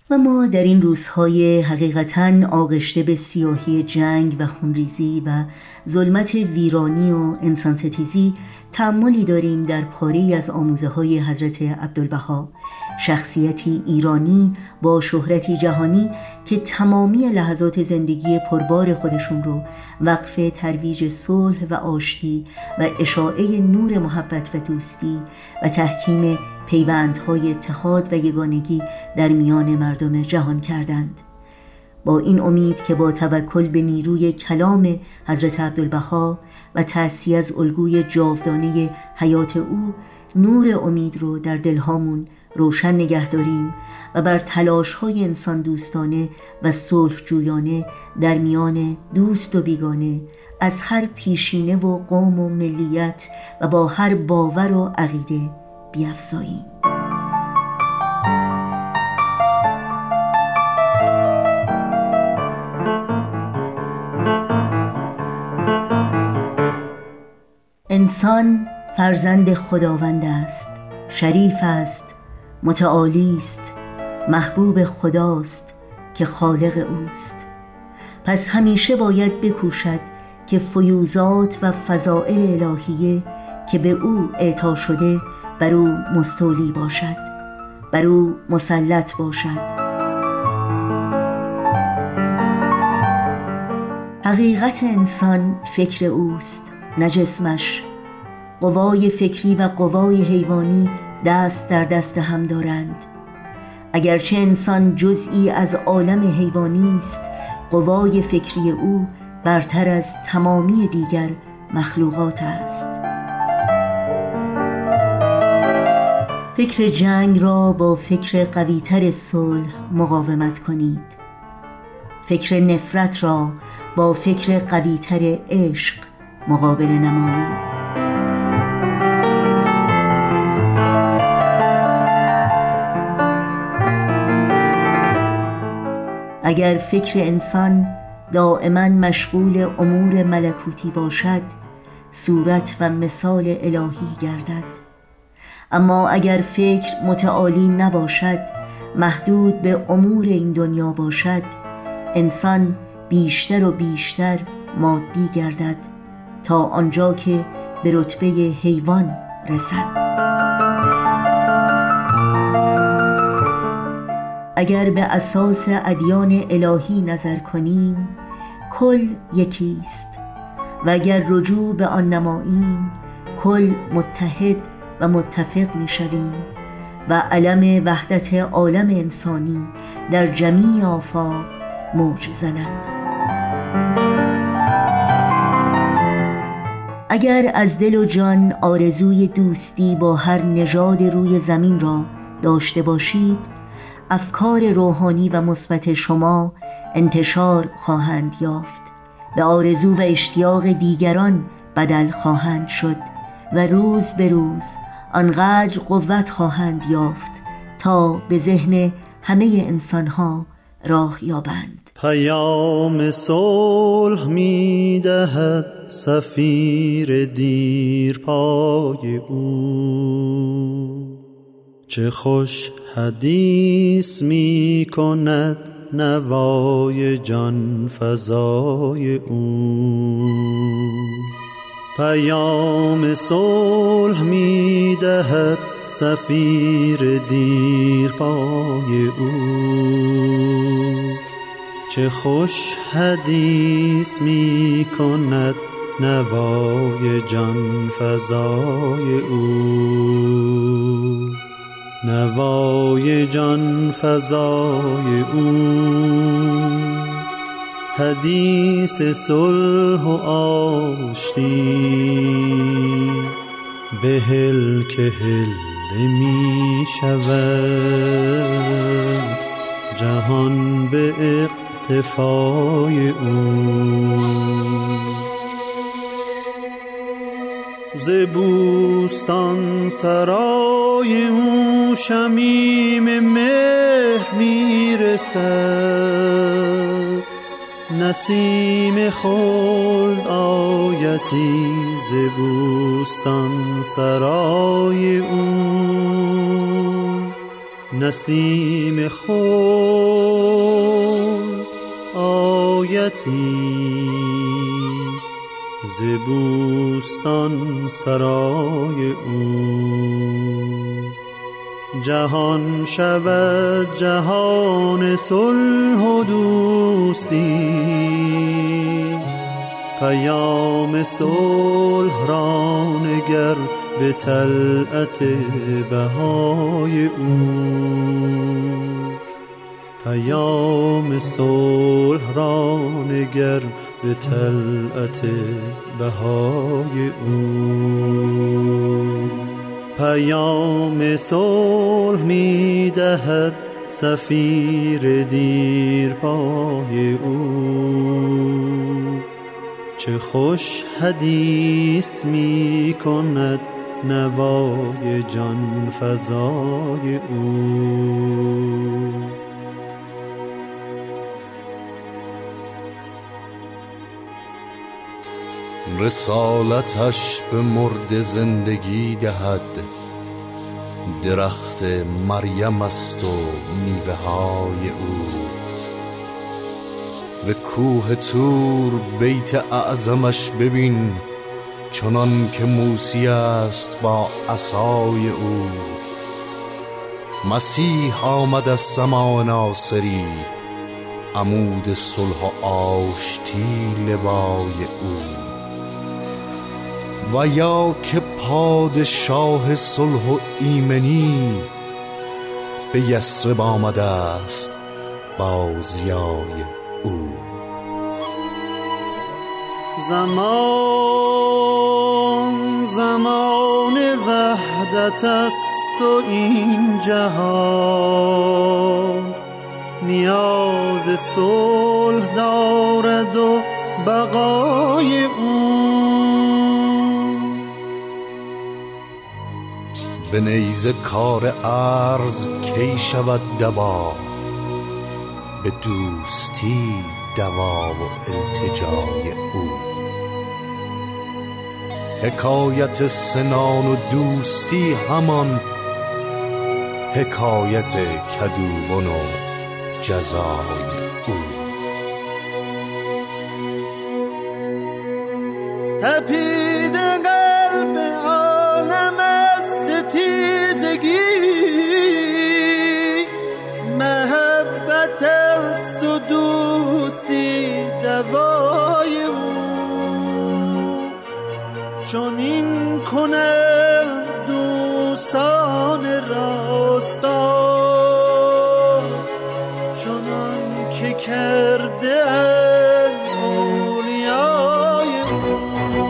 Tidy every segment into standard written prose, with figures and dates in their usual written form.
و ما در این روزهای حقیقتاً آغشته به سیاهی جنگ و خونریزی و ظلمت ویرانی و انسان‌ستیزی تأملی داریم در پاره‌ای از آموزه‌های حضرت عبدالبها، شخصیتی ایرانی با شهرتی جهانی که تمامی لحظات زندگی پربار خودشون رو وقف ترویج صلح و آشتی و اشاعه نور محبت و دوستی و تحکیم پیوندهای اتحاد و یگانگی در میان مردم جهان کردند. با این امید که با توکل به نیروی کلام حضرت عبدالبها و تأسی از الگوی جاودانه حیات او نور امید رو در دلهامون روشن نگه داریم و بر تلاش‌های انسان دوستانه و صلح جویانه در میان دوست و بیگانه از هر پیشینه و قوم و ملیت و با هر باور و عقیده بیفزاییم. انسان فرزند خداوند است، شریف است، متعالی است، محبوب خداست که خالق اوست. پس همیشه باید بکوشد که فیوزات و فضائل الهیه که به او اعطا شده بر او مستولی باشد، بر او مسلط باشد. حقیقت انسان فکر اوست، نه جسمش. قوای فکری و قوای حیوانی دست در دست هم دارند. اگرچه انسان جزئی از عالم حیوانی است، قوای فکری او برتر از تمامی دیگر مخلوقات است. فکر جنگ را با فکر قویتر صلح مقاومت کنید. فکر نفرت را با فکر قویتر عشق مقابله نمایید. اگر فکر انسان دائما مشغول امور ملکوتی باشد، صورت و مثال الهی گردد. اما اگر فکر متعالی نباشد، محدود به امور این دنیا باشد، انسان بیشتر و بیشتر مادی گردد تا آنجا که به رتبه حیوان رسد. اگر به اساس ادیان الهی نظر کنیم، کل یکیست و اگر رجوع به آن نماییم، کل متحد و متفق می شویم و علم وحدت عالم انسانی در جمیع آفاق موج زند. اگر از دل و جان آرزوی دوستی با هر نژاد روی زمین را داشته باشید، افکار روحانی و مثبت شما انتشار خواهند یافت، به آرزو و اشتیاق دیگران بدل خواهند شد و روز به روز آنقدر قوت خواهند یافت تا به ذهن همه انسانها راه یابند. پیام صلح می دهد سفیر دیر پای او، چه خوش حدیث می کند نوای جان فزای او. پیام صلح می دهد سفیر دیر پای او، چه خوش حدیث می کند نوای جان فزای او. نوای جان فزای او، حدیث صلح و آشتی، بهل که هله می شود جهان به اقتفای او. ز بوستان سرای او شمیم مهر می رسد، نسیم خلد آیتی ز بوستان سرای او. نسیم خلد آیتی ز بوستان سرای او. جهان شود جهان صلح و دوستی، پیام صلح را نگر به طلعت بهای او. پیام صلح را نگر به طلعت بهای او. پیام صلح می دهد صفیر دیرپای او. چه خوش حدیث می کند نوای جان فزای او. رسالتش به مرد زندگی دهد، درخت مریم است و میوه های او. به کوه طور بیت اعظمش ببین، چنان که موسی است با عصای او. مسیح آمد از سما ناصری، عمود صلح و آشتی لوای او. و یا که پادشاه صلح و ایمنی، به یثرب آمده است با ضیای او. زمان وحدت است و این جهان، نیاز صلح دارد و بقای او. به نیزه کار عرض کی شود دوا، به دوستی دوا و التجای او. حکایت سنان و دوستی همان حکایت کدوبان و جزای او. تپید قلب عالم از ستیزگی، محبت است و دوستی دوای او. چون این کنند دوستان راستا، چنان که کرده اند اولیای او.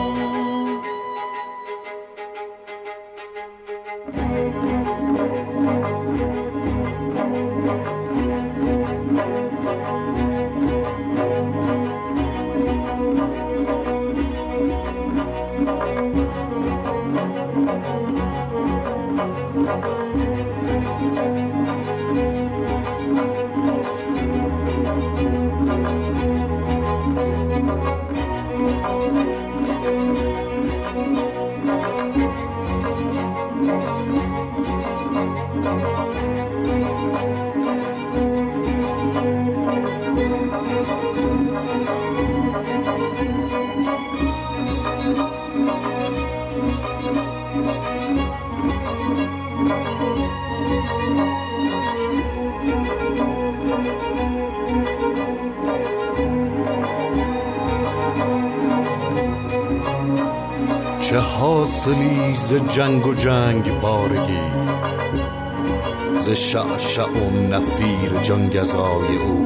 چه حاصلی ز جنگ و جنگ بارگی، ز شعشع و نفیر جانگزای او.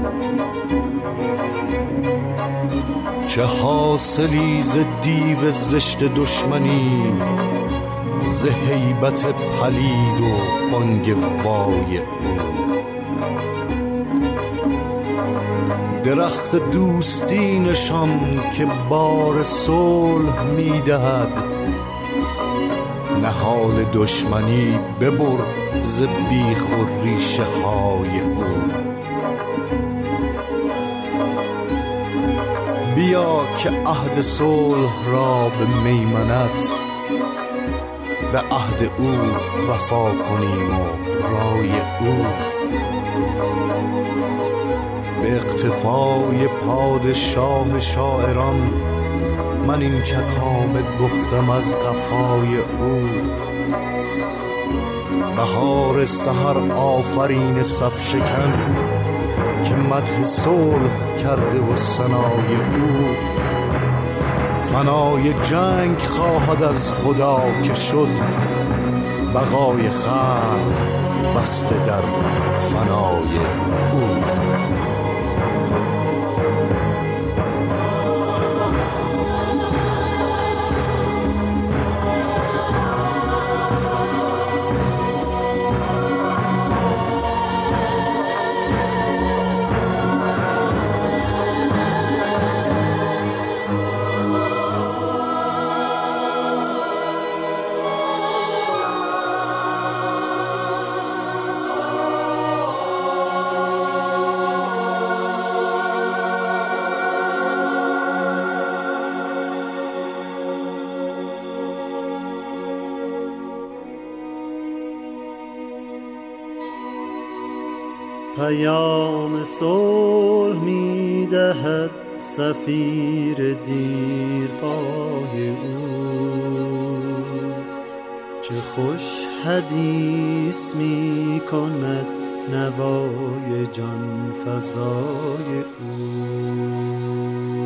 چه حاصلی ز دیو زشت دشمنی، ز هیبت پلید و بانگ وای او. درخت دوستی نشان که بار صلح می‌دهد، نهال دشمنی ببر ز بیخ و ریشه های او. بیا که عهد صلح را به میمنت، به عهد او وفا کنیم و رای او. به اقتفای پادشاه شاعران من این چکامه گفتم از قفای او. بهار سحر آفرین صف شکن که مدح صلح کرده و ثنای او. فنای جنگ خواهد از خدا که شد بقای خلق بسته در فنای او. پیام صلح می دهد سفیر دیرپای او. چه خوش حدیث می کند نوای جان فزای او.